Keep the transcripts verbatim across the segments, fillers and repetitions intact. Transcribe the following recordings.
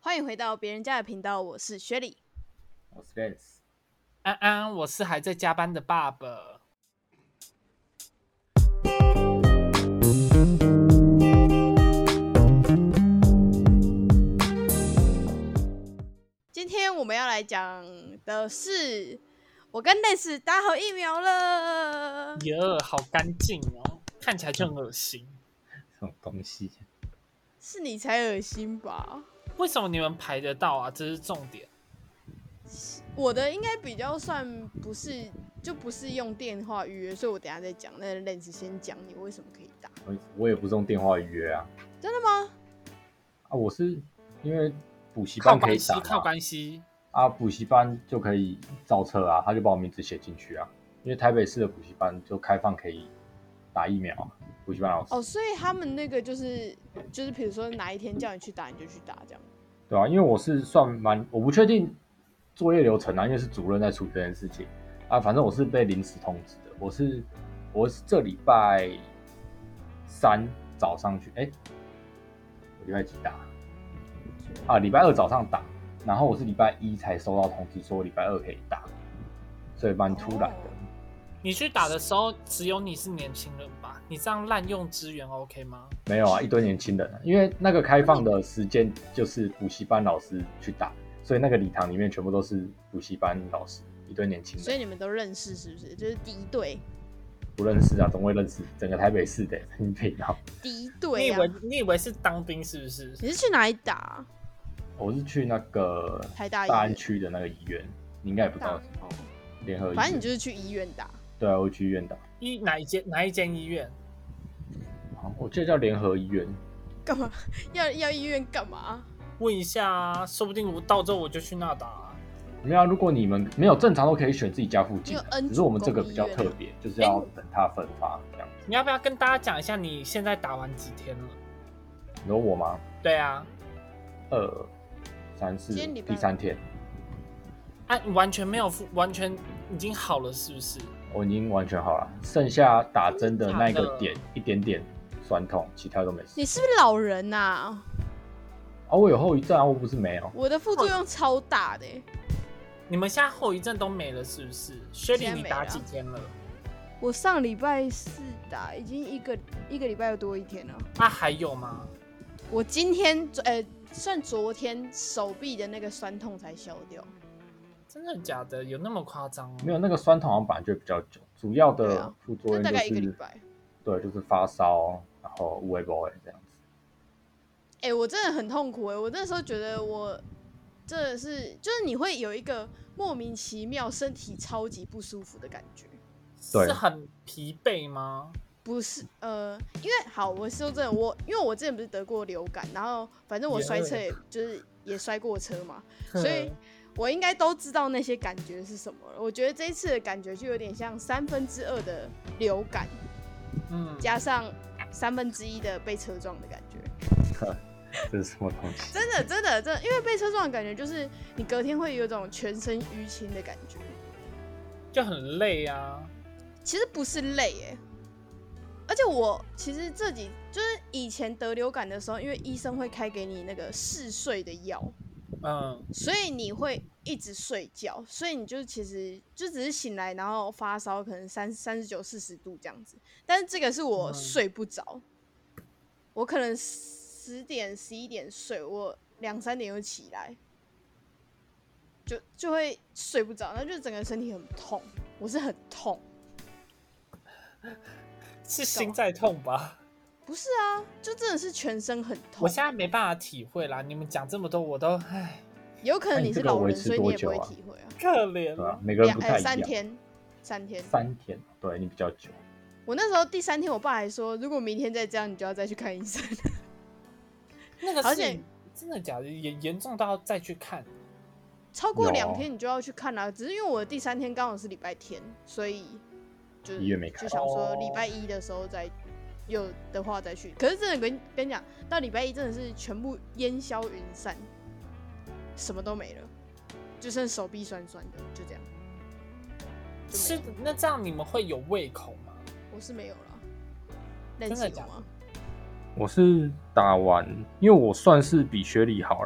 欢迎回到别人家的频道，我是雪莉， 我是 Vance， 安安，我是还在加班的爸爸。 今天我们要来讲的是，我跟类似打好疫苗了。 耶，好干净哦，看起来就很恶心。 这种东西是你才恶心吧？ 为什么你们排得到啊？这是重点。 我的应该比较算不是，就不是用电话预约，所以我等一下再讲。那类似先讲你为什么可以打。 我我也不是用电话预约啊。 真的吗？ 啊，我是因为补习班可以打嘛， 靠关系啊，补习班就可以造册啊，他就把我名字写进去啊。因为台北市的补习班就开放可以打疫苗，补习班老师。 哦，所以他们那个就是就是，比如说哪一天叫你去打，你就去打这样。 对啊，因为我是算蛮，我不确定作业流程啊，因为是主任在处理这件事情啊。反正我是被临时通知的，我是我是这礼拜三早上去，哎、欸，我礼拜几打？啊，礼拜二早上打，然后我是礼拜一才收到通知说礼拜二可以打，所以蛮突然的。 哦， 你去打的时候，只有你是年轻人吧？你这样滥用资源 OK 吗？ 没有啊，一堆年轻人啊，因为那个开放的时间就是补习班老师去打，所以那个礼堂里面全部都是补习班老师，一堆年轻人。 所以你们都认识是不是？就是敌对。 不认识啊，总会认识整个台北市的很平啊。 敌对啊！ 你以为你以为是当兵是不是？ 你是去哪里打啊？ 我是去那个台大大安区的那个医院，你应该也不知道， 哦， 联合医院。 反正你就是去医院打。 对啊，我去医院打。 医哪一间哪一间医院？ 我记得叫联合医院。 干嘛？要要医院干嘛？ 问一下啊，说不定我到之后我就去那打啊。 没有啊，如果你们没有正常都可以选自己家附近的， N 只是我们这个比较特别，就是要等它分发这样子。 你要不要跟大家讲一下你现在打完几天了？ 你说我吗？ 对啊， 二三四， 今天礼拜第三天。 啊，你完全没有复，完全已经好了是不是？ 我已经完全好了，剩下打针的那个点一点点酸痛，其他都没事。 你是不是老人啊？ 啊，我有后遗症啊，我不是没有。 我的副作用超大的、欸。 你们现在后遗症都没了是不是？薛莉，你打几天了？ 我上礼拜四打，已经一个一个礼拜又多一天了。 那、啊、还有吗？ 我今天呃，算昨天手臂的那个酸痛才消掉。 真的假的？有那么夸张吗？ 没有，那个酸痛好像本来就比较久，主要的副作用、就是啊、大概一个礼拜。 对，就是发烧，然后无微不微这样子。 哎、欸，我真的很痛苦哎、欸！我那时候觉得我真的是，就是你会有一个莫名其妙身体超级不舒服的感觉。 对， 是很疲惫吗？ 不是，呃，因为好，我说真的，我因为我之前不是得过流感，然后反正我摔车也就是也摔过车嘛，所以我应该都知道那些感觉是什么了。我觉得这一次的感觉就有点像三分之二的流感， 嗯， 加上三分之一的被车撞的感觉。 这是什么东西？ 真的真的真的，因为被车撞的感觉就是你隔天会有种全身淤青的感觉， 就很累啊。 其实不是累耶、欸，而且我其实这几就是以前得流感的时候，因为医生会开给你那个嗜睡的药， 嗯， 所以你会一直睡觉，所以你就其实就只是醒来，然后发烧，可能三三十九、四十度这样子。但是这个是我睡不着，嗯、我可能十点、十一点睡，我两三点又起来，就就会睡不着，那就整个身体很痛，我是很痛。 是心在痛吧？ 不是啊，就真的是全身很痛。 我现在没办法体会啦，你们讲这么多，我都唉。 有可能你是老人，所以你也不会体会啊。 可怜啊，每个人不太一样。 三天，三天， 三天，对你比较久。 我那时候第三天，我爸还说，如果明天再这样，你就要再去看医生。 那个是真的假的？严严重到再去看？ 超过两天你就要去看啦。只是因为我的第三天刚好是礼拜天，所以。就医院没开， 就想说礼拜一的时候再有的话再去。可是真的跟跟你讲，到礼拜一真的是全部烟消云散，什么都没了，就剩手臂酸酸的，就这样。 是那这样你们会有胃口吗？ 我是没有啦。 真的假的？ 我是打完，因为我算是比学理好了，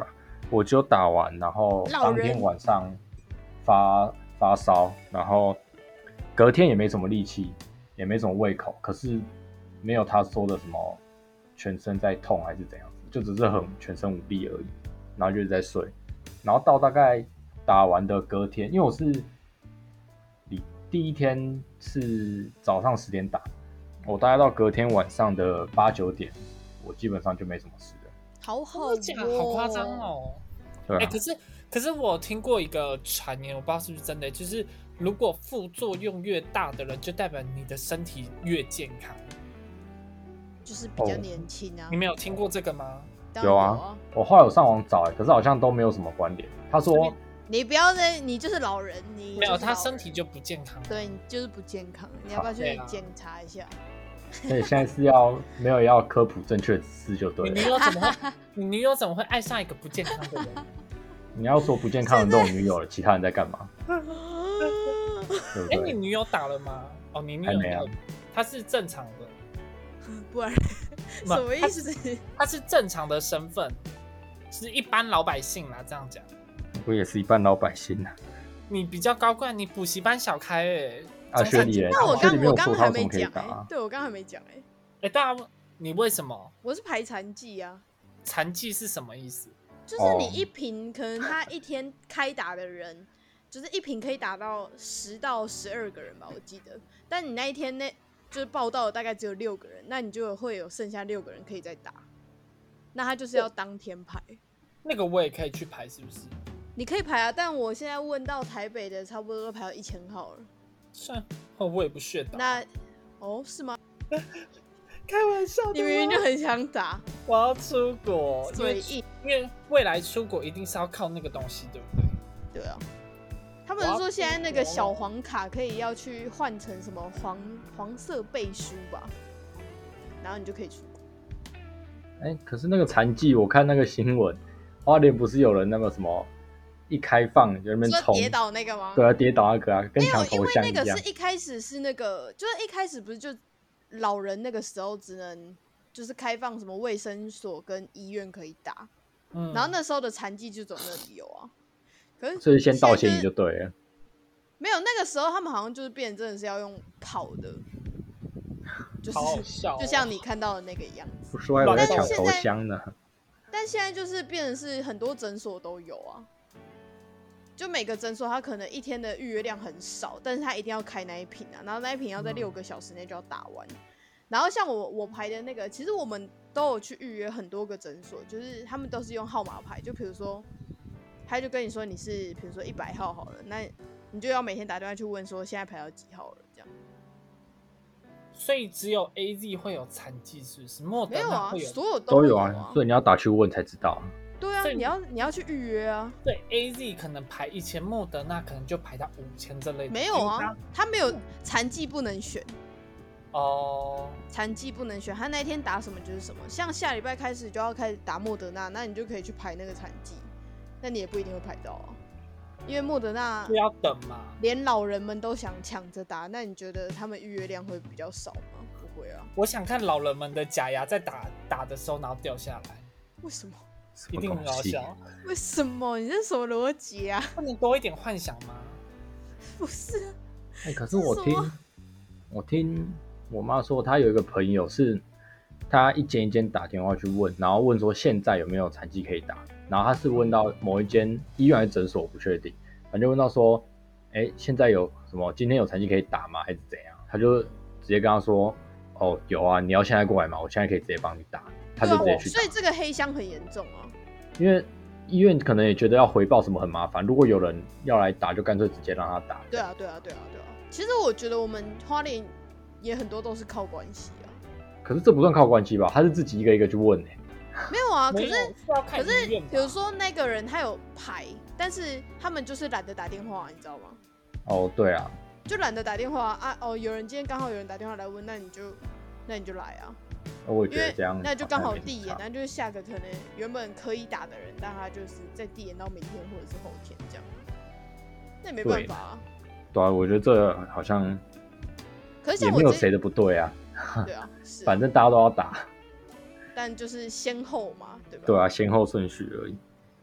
我只有打完，然后当老人天晚上发发烧，然后隔天也没什么力气，也没什么胃口，可是没有他说的什么全身在痛还是怎样子，就只是很全身无力而已，然后就一直在睡，然后到大概打完的隔天，因为我是第一天是早上十点打，我大概到隔天晚上的八九点，我基本上就没什么事了。 好好真的假的好夸张哦！ 对啊， 哎、可是可是我听过一个传言，我不知道是不是真的，就是如果副作用越大的人，就代表你的身体越健康。 就是比较年轻啊。 你没有听过这个吗？ 当然有有啊，我后来有上网找、欸，可是好像都没有什么关联。他说你不要再，你就是老人，你没有，他就是老人身体就不健康。 对你就是不健康，你要不要去对啊检查一下？ 所以现在是要没有要科普正确的知识就对了。 你女友怎么会？你女友怎么会爱上一个不健康的人？ 你要说不健康的都有女友了，其他人在干嘛？对不哎、你对？ 女友打了吗？哦，你女友还没啊， 她是正常的， 不然不什么意思？ 她是正常的身份，是一般老百姓啦。这样讲， 我也是一般老百姓啊。 你比较高贵，你补习班小开哎、欸。 啊，学理耶， 那我刚学理没有我刚还说他有什么可以没讲哎、 打啊。 对我刚还没讲哎、 哎、大家，你为什么我是排残剂啊， 残疾是什么意思？ 就是你一瓶可能他一天开打的人，就是一瓶可以打到十到十二个人吧，我记得。但你那一天那就是报道的大概只有六个人，那你就会有剩下六个人可以再打。那他就是要当天排， 那个我也可以去排，是不是？ 你可以排啊。但我现在问到台北的，差不多都排到一千号了。 算，哦，我也不屑打。 那哦是吗？ 开玩笑的， 你明明就很想打， 我要出国，因为嘴硬。 因为未来出国一定是要靠那个东西，对不对？ 对啊，他们说现在那个小黄卡可以要去换成什么黄黄色背书吧，然后你就可以出国。 哎、可是那个残疾，我看那个新闻，花莲不是有人那么什么一开放就在那边冲， 说跌倒那个吗？ 对啊，跌倒那个啊，跟没有， 抢因为头像一样。 那个是一开始是那个，就是一开始不是就老人那个时候只能就是开放什么卫生所跟医院可以打， 嗯， 然后那时候的残疾就走那里有啊。可是所以先道歉现在你就对了。 没有，那个时候他们好像就是变成真的是要用跑的，就是好好笑哦就像你看到的那个样子。 不说还有在抢头但是现在香呢。 但现在就是变成是很多诊所都有啊，就每个诊所它可能一天的预约量很少，但是它一定要开那一瓶啊，然后那一瓶要在六个小时内就要打完。然后像我我排的那个，其实我们都有去预约很多个诊所，就是他们都是用号码牌，就比如说，他就跟你说你是比如说一百号好了，那你就要每天打电话去问说现在排到几号了这样。 所以只有 A Z 会有残疾，是不是？莫德没有啊， 纳会有， 所有会有都有啊，所以你要打去问才知道。 对啊， 所以你要你要去预约啊。 对 A Z 可能排一千，莫德纳可能就排到五千这类的。 没有啊，他没有残疾不能选。 哦， 残疾不能选，他那天打什么就是什么。像下礼拜开始就要开始打莫德纳，那你就可以去排那个残疾，那你也不一定会排到啊，因为莫德纳就要等嘛。 连老人们都想抢着打，那你觉得他们预约量会比较少吗？不会啊， 我想看老人们的假牙在打打的时候，然后掉下来， 为什么？ 一定很好笑。 为什么？你这是什么逻辑啊？ 不能多一点幻想吗？ 不是啊， 哎、可是我听这是什么我听我妈说，她有一个朋友是，她一间一间打电话去问，然后问说现在有没有残疾可以打，然后她是问到某一间医院还是诊所，我不确定，反正问到说，哎、现在有什么今天有残疾可以打吗？还是怎样？她就直接跟她说，哦，有啊，你要现在过来吗？我现在可以直接帮你打，她就直接去打所以，这个黑箱很严重啊。 因为医院可能也觉得要回报什么很麻烦，如果有人要来打，就干脆直接让他打。 对啊，对啊，对啊，对啊。其实我觉得我们花莲也很多都是靠关系啊。 可是这不算靠关系吧？他是自己一个一个去问呢、 没有啊，可没有是是要看可是医院吧比如说那个人他有排，但是他们就是懒得打电话，你知道吗？ 哦，对啊， 就懒得打电话啊。哦，有人今天刚好有人打电话来问，那你就那你就来啊， 我也因为觉得这样那就刚好像也没递延， 差那就是下个可能原本可以打的人，但他就是再递延到明天或者是后天这样，那也没办法啊。 对啊，我觉得这好像可是也像我之没有谁的不对啊， 对啊，是啊， 反正大家都要打， 但就是先后嘛，对吧？ 对啊，先后顺序而已。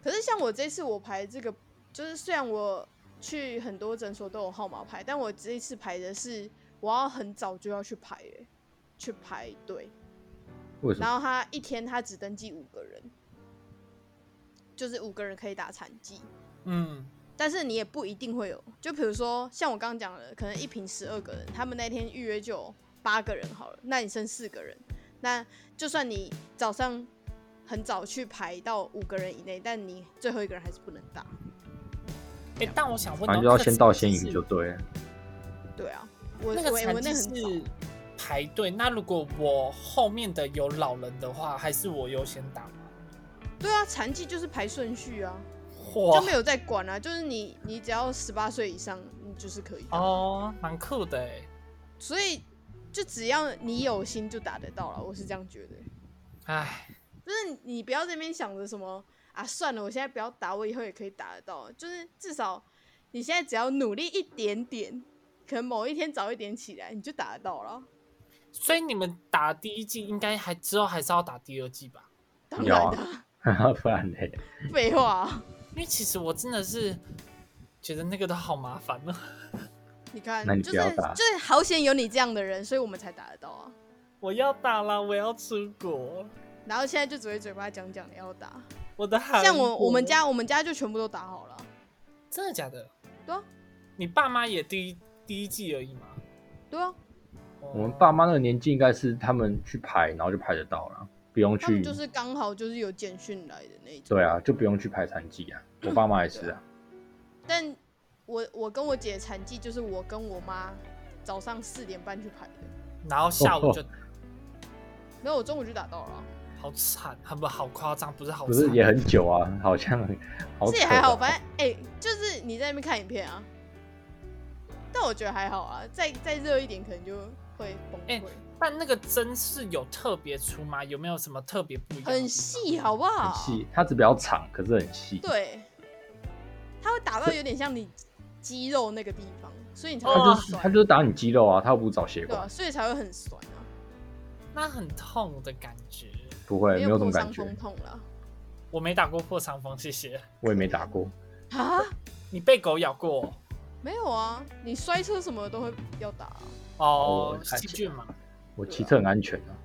可是像我这次我排这个，就是虽然我去很多诊所都有号码牌，但我这一次排的是我要很早就要去排、欸，去排队。 为什么？ 然后他一天他只登记五个人，就是五个人可以打残剂。 嗯， 但是你也不一定会有，就比如说像我刚刚讲的，可能一瓶十二个人，他们那天预约就有八个人好了，那你剩四个人，那就算你早上很早去排到五个人以内，但你最后一个人还是不能打。 哎、欸，但我想问， 反正就要先到先赢就对了。 对啊，我那个我我那残疾很是排队，那如果我后面的有老人的话，还是我优先打吗？ 对啊，残疾就是排顺序啊， 哇就没有在管啊，就是你你只要十八岁以上，你就是可以打。 哦，蛮酷的哎。 所以就只要你有心就打得到了，我是这样觉得。 唉， 就是你不要在那边想着什么啊，算了，我现在不要打，我以后也可以打得到。就是至少你现在只要努力一点点，可能某一天早一点起来，你就打得到了。 所以你们打第一季应该还之后还是要打第二季吧？ 当然的、 啊，不然嘞？ 废话、啊。 因为其实我真的是觉得那个都好麻烦哦。 你看， 那你就是不要打就是好险有你这样的人，所以我们才打得到啊。 我要打了，我要出国。 然后现在就只会嘴巴讲讲的要打， 我的韩国像我我们家我们家就全部都打好了。 真的假的？ 对啊， 你爸妈也第一第一季而已吗？ 对啊， 我们爸妈那个年纪应该是他们去排，然后就排得到了，不用去。 他们就是刚好就是有简讯来的那一种。 对啊，就不用去排残疾啊。我爸妈也是啊。 但我我跟我姐残疾就是我跟我妈早上四点半去排的， 然后下午就， 没有我中午就打到了啊。 好惨，很不好夸张，不是好惨， 不是也很久啊，好像好扯啊。 这也还好，反正哎、欸，就是你在那边看影片啊。但我觉得还好啊，再再热一点可能就会崩溃。 欸但那个针是有特别粗吗？有没有什么特别不一样的地方？ 很细，好不好？ 很细，它只比较长，可是很细。 对，它会打到有点像你肌肉那个地方，所以你才它会就是很酸。 它就是打你肌肉啊，它又不是找血管。 对啊，所以才会很酸啊。 那很痛的感觉。 不会，没有这种破感觉。 伤风痛了我没打过破伤风，谢谢。 我也没打过。 啊？ 你被狗咬过？ 没有啊，你摔车什么的都会要打啊。 哦， 我细菌嘛。 我骑车很安全啊。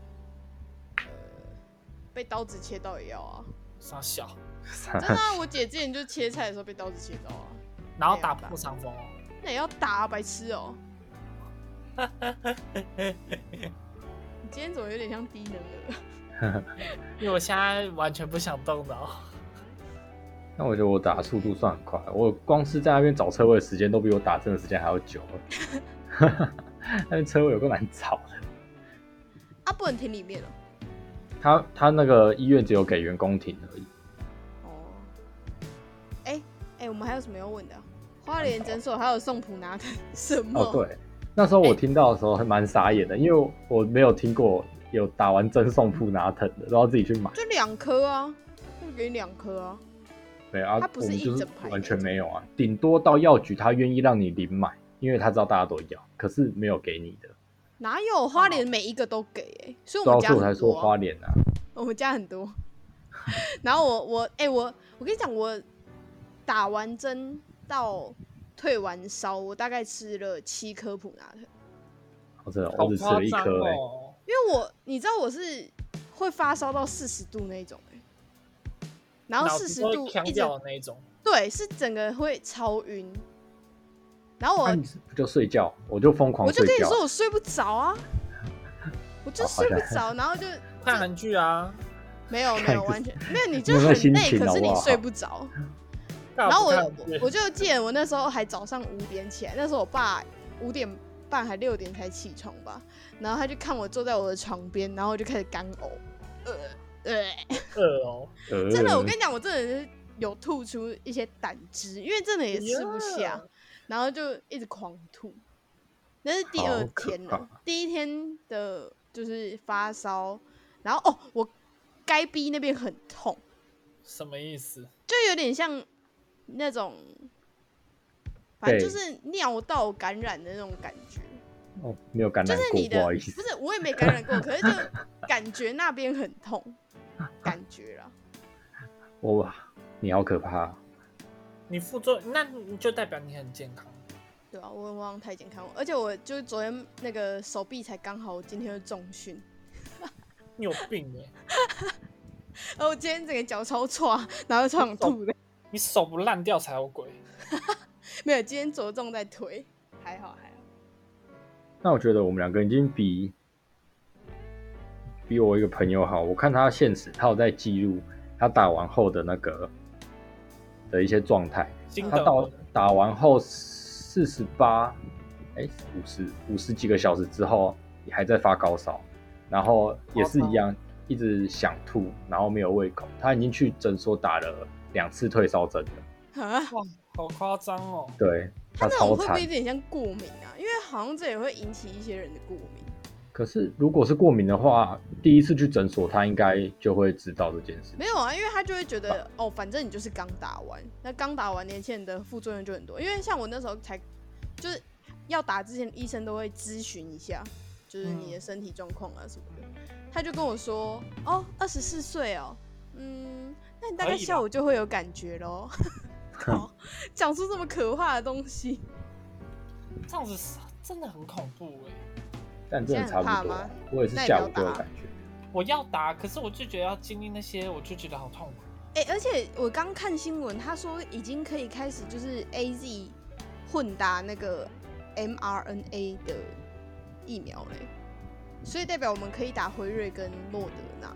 被刀子切到也要啊。 傻小。 真的啊，我姐之前就切菜的时候被刀子切到啊。 然后打破伤风哦。 那也要打啊，白痴哦、你今天怎么有点像低能儿？ 因为我现在完全不想动脑。 那我觉得我打的速度算很快，我光是在那边找车位的时间都比我打针的时间还要久了。那边车位有够难找的。 啊，不能停里面了。 他他那个医院只有给员工停而已。 哦。哎、欸、哎、欸，我们还有什么要问的、啊？花莲诊所还有送普拿疼什么？ 哦，对，那时候我听到的时候还蛮傻眼的，因为我没有听过有打完针送普拿疼的，都要自己去买。 就两颗啊，就给你两颗啊。 对啊， 它不是我们就是一整排的完全没有啊，顶多到药局他愿意让你零买，因为他知道大家都要，可是没有给你的。 哪有花莲每一个都给、欸？所以我到们家时候我才说很多、啊。 花莲啊， 我们家很多。然后我我哎、欸、我我跟你讲，我打完针到退完烧，我大概吃了七颗普拿疼。 我真的好我只吃了一夸张颗哎、 哦。 因为我你知道我是会发烧到四十度那种、欸、然后四十度强一直掉的那一种。 对，是整个会超晕。然后我、 啊、你不就睡觉，我就疯狂我就睡觉。 跟你说我睡不着啊，我就睡不着，然后就看韩剧啊。 没有没有完全没有，你就你有没有很累， 心情可是你好不好睡不着。 然然后我我我就记得我那时候还早上五点起来，那时候我爸五点半还六点才起床吧，然后他就看我坐在我的床边，然后我就开始干呕，呃呃， 饿哦。 呃真的，我跟你讲，我真的是有吐出一些胆汁，因为真的也吃不下，然后就一直狂吐。那是第二天了，第一天的就是发烧，然后哦，我该逼那边很痛， 什么意思？ 就有点像那种，反正就是尿道感染的那种感觉。 哦，没有感染过， 就是你的不好意思， 不是我也没感染过，可是就感觉那边很痛，感觉啦。 我你好可怕、啊。 你副作用，那就代表你很健康。 对啊，我我好像太健康了，而且我就是昨天那个手臂才刚好，我今天就重训。 你有病耶！ 然后我今天整个脚超挫，然后超想吐的。 你手不烂掉才有鬼。 没有，今天着重在腿，还好还好。 那我觉得我们两个已经比比我一个朋友好。我看他现实，他有在记录他打完后的那个的一些状态。他到打完后四十八，哎，五十五十几个小时之后，也还在发高烧，然后也是一样，一直想吐，然后没有胃口。他已经去诊所打了两次退烧针了。 啊， 哇，好夸张哦！ 对， 他那种会不超惨。 会有点像过敏啊？因为好像这也会引起一些人的过敏。 可是如果是过敏的话，第一次去诊所，他应该就会知道这件事。 没有啊，因为他就会觉得哦，反正你就是刚打完，那刚打完年轻人的副作用就很多。因为像我那时候才就是要打之前，医生都会咨询一下，就是你的身体状况啊什么的。嗯、他就跟我说，哦，二十四岁哦，嗯，那你大概下午就会有感觉咯。好，讲出这么可怕的东西， 这样子真的很恐怖哎。 但真的差不多，我也是下午就有感觉。 我要打，可是我就觉得要经历那些，我就觉得好痛苦。 哎、欸，而且我刚看新闻，他说已经可以开始就是 A Z 混打那个 M R N A 的疫苗嘞，所以代表我们可以打辉瑞跟莫德纳。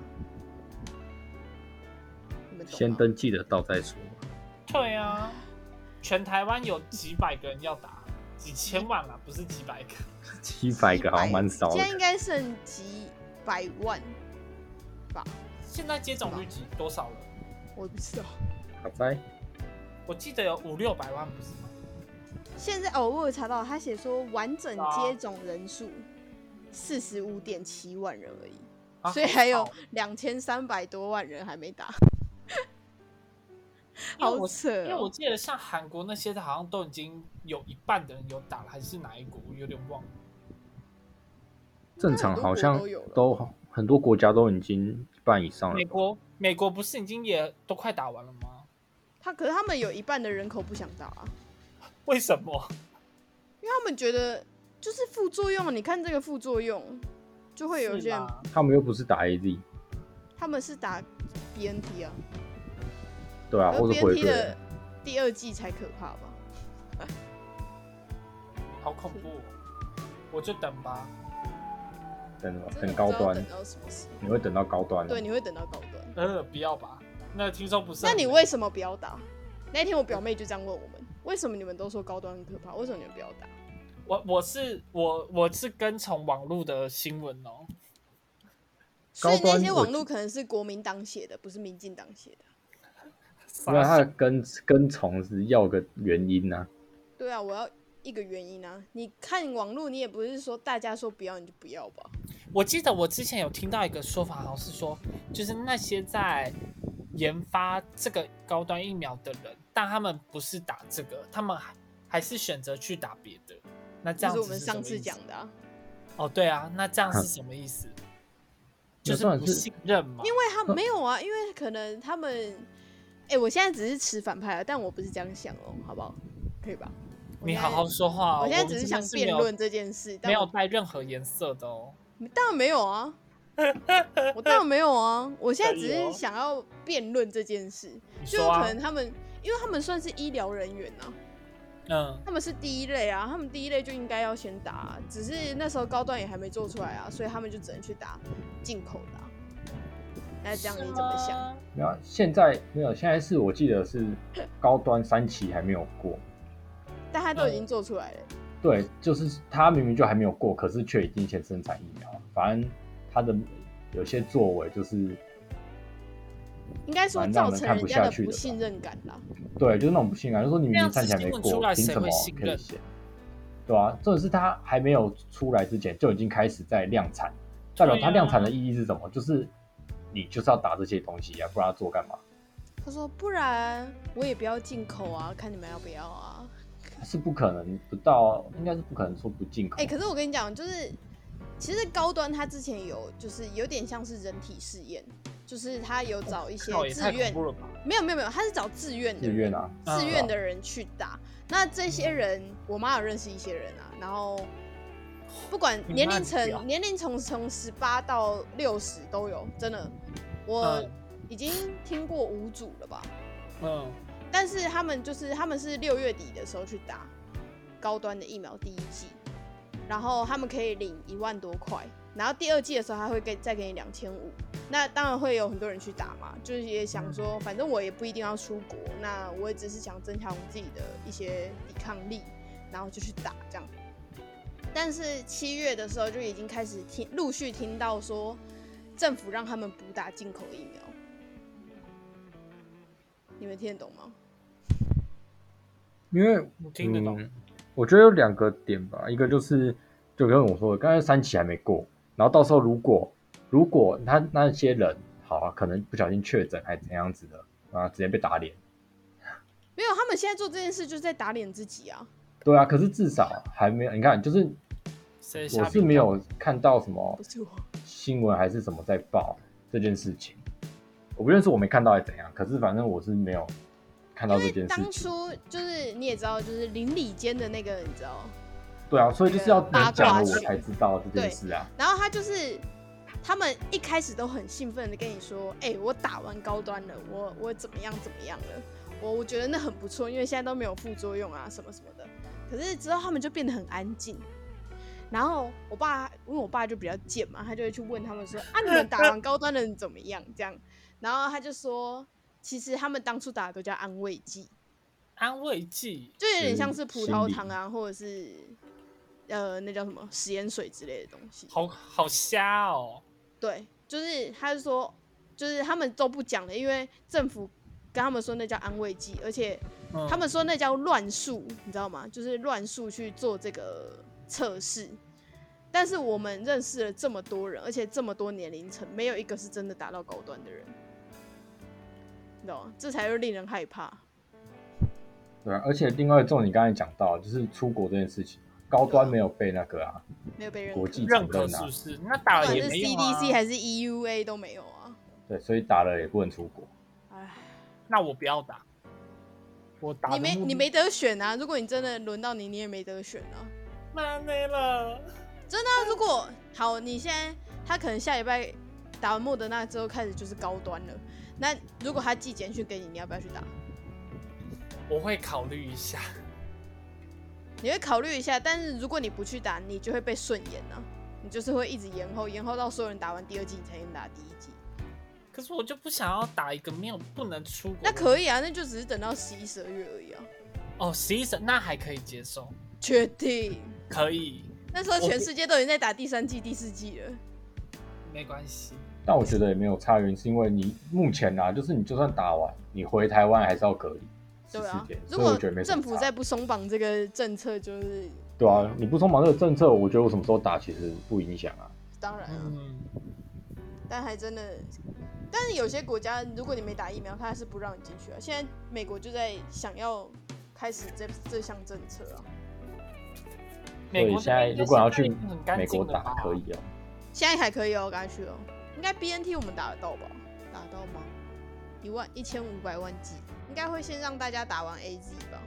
你们懂吗？ 先登记得到再说。 对啊，全台湾有几百个人要打，几千万啦，不是几百个。 几百个好像蛮少的， 现在应该剩几百万吧？ 现在接种率几多少了？ 我不知道。 好在我记得有五六百万，不是吗？ 现在哦，我有查到，他写说完整接种人数四十五点七万人而已，啊、所以还有两千三百多万人还没打。好扯、哦！ 因为我记得像韩国那些，好像都已经有一半的人有打了，还是哪一国？我有点忘了。 正常好像都很多国家都已经一半以上了。 美国，美国不是已经也都快打完了吗？ 他可是他们有一半的人口不想打啊。 为什么？ 因为他们觉得就是副作用，你看这个副作用，就会有些人。 他们又不是打 A Z， 他们是打 B N T 啊。 对啊，或者 B N T 的第二季才可怕吧？ 好恐怖、哦！我就等吧。 等等高端， 等到什么时候？ 你会等到高端？ 对，你会等到高端。 呃，不要吧？那听说不是。 那你为什么不要打？那天我表妹就这样问我们：为什么你们都说高端很可怕？为什么你们不要打？ 我我是我我是跟从网络的新闻哦。 所以那些网络可能是国民党写的，不是民进党写的。 因为他的跟跟从是要个原因啊。 对啊，我要一个原因啊！你看网络，你也不是说大家说不要你就不要吧？ 我记得我之前有听到一个说法，好像是说，就是那些在研发这个高端疫苗的人，但他们不是打这个，他们还是选择去打别的。那这样子是我们上次讲的啊。 哦，对啊，那这样是什么意思？就是不信任嘛？ 因为他没有啊，因为可能他们，哎、欸，我现在只是持反派啊，但我不是这样想哦，好不好？可以吧？ 你好好说话、哦。 我现在只是想辩论这件事， 没有带任何颜色的哦。 当然没有啊，我当然没有啊，我现在只是想要辩论这件事， 啊、 就可能他们，因为他们算是医疗人员啊， 嗯， 他们是第一类啊，他们第一类就应该要先打、啊，只是那时候高端也还没做出来啊，所以他们就只能去打进口的、啊。那这样你怎么想？ 没有，现在没有，现在是我记得是高端三期还没有过， 但他都已经做出来了。 嗯、对，就是他明明就还没有过，可是却已经先生产疫苗了。反正他的有些作为就是应该说造成人家的不信任感啦。 对，就是那种不信任感，就说你明明看起来没过，凭什么可以写？对啊，重点是他还没有出来之前就已经开始在量产，代表他量产的意义是什么？就是你就是要打这些东西啊，不然他做干嘛？ 他说不然我也不要进口啊，看你们要不要啊。 是不可能不到，应该是不可能说不进口。 哎、欸，可是我跟你讲，就是其实高端它之前有就是有点像是人体试验，就是他有找一些自愿，没有没有没有，他是找自愿的自愿啊， 自愿的人去打。那这些人，我妈有认识一些人啊，然后不管年龄层，年龄从从十八到六十都有，真的，我已经听过五组了吧，嗯，但是他们就是他们是六月底的时候去打高端的疫苗第一剂，然后他们可以领一万多块，然后第二季的时候他会给再给你两千五。那当然会有很多人去打嘛，就是也想说，反正我也不一定要出国，那我也只是想增强我自己的一些抵抗力，然后就去打这样。但是七月的时候就已经开始听陆续听到说，政府让他们补打进口疫苗，你们听得懂吗？ 因为我听得懂、嗯， 我觉得有两个点吧，一个就是就跟我说的，刚才三期还没过，然后到时候如果如果他那些人好啊，可能不小心确诊还怎样子的啊，直接被打脸。 没有，他们现在做这件事就是在打脸自己啊。 对啊，可是至少还没有，你看，就是我是没有看到什么新闻还是什么在报这件事情。我不认识，我没看到还怎样，可是反正我是没有看到这件事情。 当初就是你也知道，就是邻里间的那个，你知道？ 对啊，所以就是要你讲了我才知道这件事啊。 然后他就是。他们一开始都很兴奋的跟你说：“哎、欸，我打完高端了，我我怎么样怎么样了？我我觉得那很不错，因为现在都没有副作用啊，什么什么的。可是之后他们就变得很安静。然后我爸，因为我爸就比较贱嘛，他就会去问他们说：啊，你们打完高端的人怎么样？这样，然后他就说，其实他们当初打的都叫安慰剂， 安慰剂就有点像是葡萄糖啊，或者是呃那叫什么食盐水之类的东西。 好好瞎哦。” 对，就是他是说，就是他们都不讲了，因为政府跟他们说那叫安慰剂，而且他们说那叫乱数，你知道吗？就是乱数去做这个测试。但是我们认识了这么多人，而且这么多年龄层，没有一个是真的打到高端的人，你知道吗？这才是令人害怕。 对啊，而且另外一种你刚才讲到，就是出国这件事情。高端没有被那个啊， 没有被国际认可，是不是？那打了也没用啊。 不管是 C D C 还是 E U A 都没有啊。 对，所以打了也不能出国。 哎， 那我不要打。我打你没你没得选啊！如果你真的轮到你，你也没得选啊。 妈没了。 真的、啊，如果好，你现在他可能下礼拜打完莫德纳之后开始就是高端了。那如果他寄简讯给你，你要不要去打？ 我会考虑一下。 你会考虑一下，但是如果你不去打，你就会被顺延啊，你就是会一直延后，延后到所有人打完第二剂，你才能打第一剂。 可是我就不想要打一个没有不能出国。 那可以啊，那就只是等到十一、十二月而已啊。 哦，十一、十那还可以接受。 确定？ 可以。 那时候全世界都已经在打第三剂、第四剂了。 没关系。 但我觉得也没有差，原因是因为你目前啊，就是你就算打完，你回台湾还是要隔离。 对啊， 如果政府再不松绑这个政策，就是对啊，你不松绑这个政策，我觉得我什么时候打其实不影响啊。 当然啊，嗯、但还真的，但是有些国家，如果你没打疫苗，他还是不让你进去啊。现在美国就在想要开始这这项政策啊。 所以现在如果要去美国打，可以哦。 现在还可以哦，赶快去哦。应该 B N T 我们打得到吧？打得到吗？一万一千五百万剂。应该会先让大家打完 A Z 吧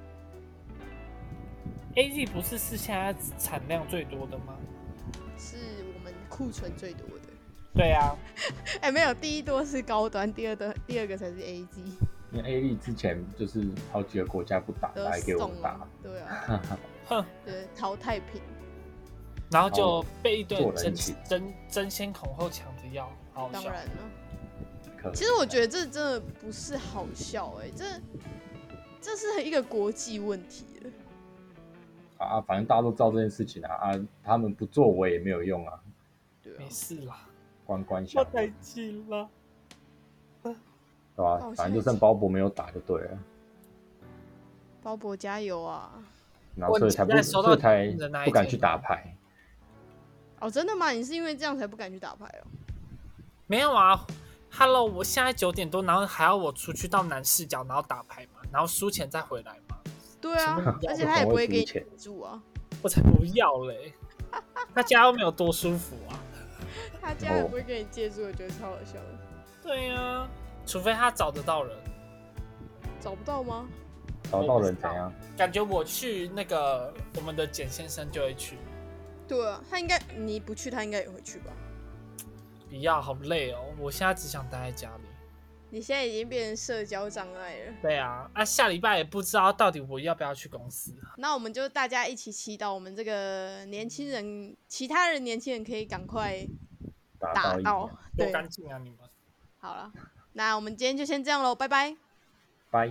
？A Z 不是是现在产量最多的吗？ 是我们库存最多的。 对啊， 哎、欸，没有，第一多是高端，第二的第二个才是 A Z。 因为 A Z 之前就是好几个国家不打，来给我们打。 对啊，哼，对，淘汰品。 然后就被一堆争争争先恐后抢着要，好当然了。其实我觉得这真的不是好笑哎、欸，这这是一个国际问题了。 啊，反正大家都知道这件事情啊，啊，他们不作为也没有用啊。 对啊， 没事啦， 关关小。 我太气了。 对吧、啊？反正就剩包伯没有打就对了。 包伯加油啊！ 然后所以才不，所以才不敢去打牌。 哦，真的吗？你是因为这样才不敢去打牌哦？ 没有啊。Hello， 我现在九点多，然后还要我出去到南视角，然后打牌嘛，然后输钱再回来嘛。 对啊，而且他也不会给你住啊。 我才不要嘞！ 他家又没有多舒服啊。 他家也不会跟你借住，我觉得超好笑的。 对呀、啊，除非他找得到人。 找不到吗？ 找到人怎样？ 感觉我去那个我们的简先生就会去。 对啊，他应该你不去，他应该也会去吧？ 不要，好累哦！我现在只想待在家里。 你现在已经变成社交障碍了。 对啊，啊，下礼拜也不知道到底我要不要去公司。 那我们就大家一起祈祷，我们这个年轻人，其他人年轻人可以赶快打到， 多干净啊你们！ 好了，那我们今天就先这样喽，拜拜。 拜。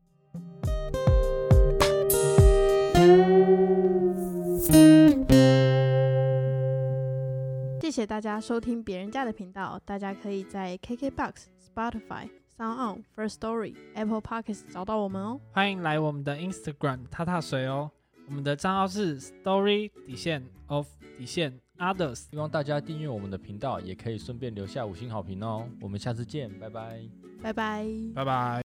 谢谢大家收听别人家的频道，大家可以在 K K B O X、Spotify、SoundOn、First Story、Apple Podcasts 找到我们哦。 欢迎来我们的 Instagram 踏踏水哦，我们的账号是 Story 底线 of 底线 Others。 希望大家订阅我们的频道，也可以顺便留下五星好评哦。我们下次见，拜拜， 拜拜， 拜拜。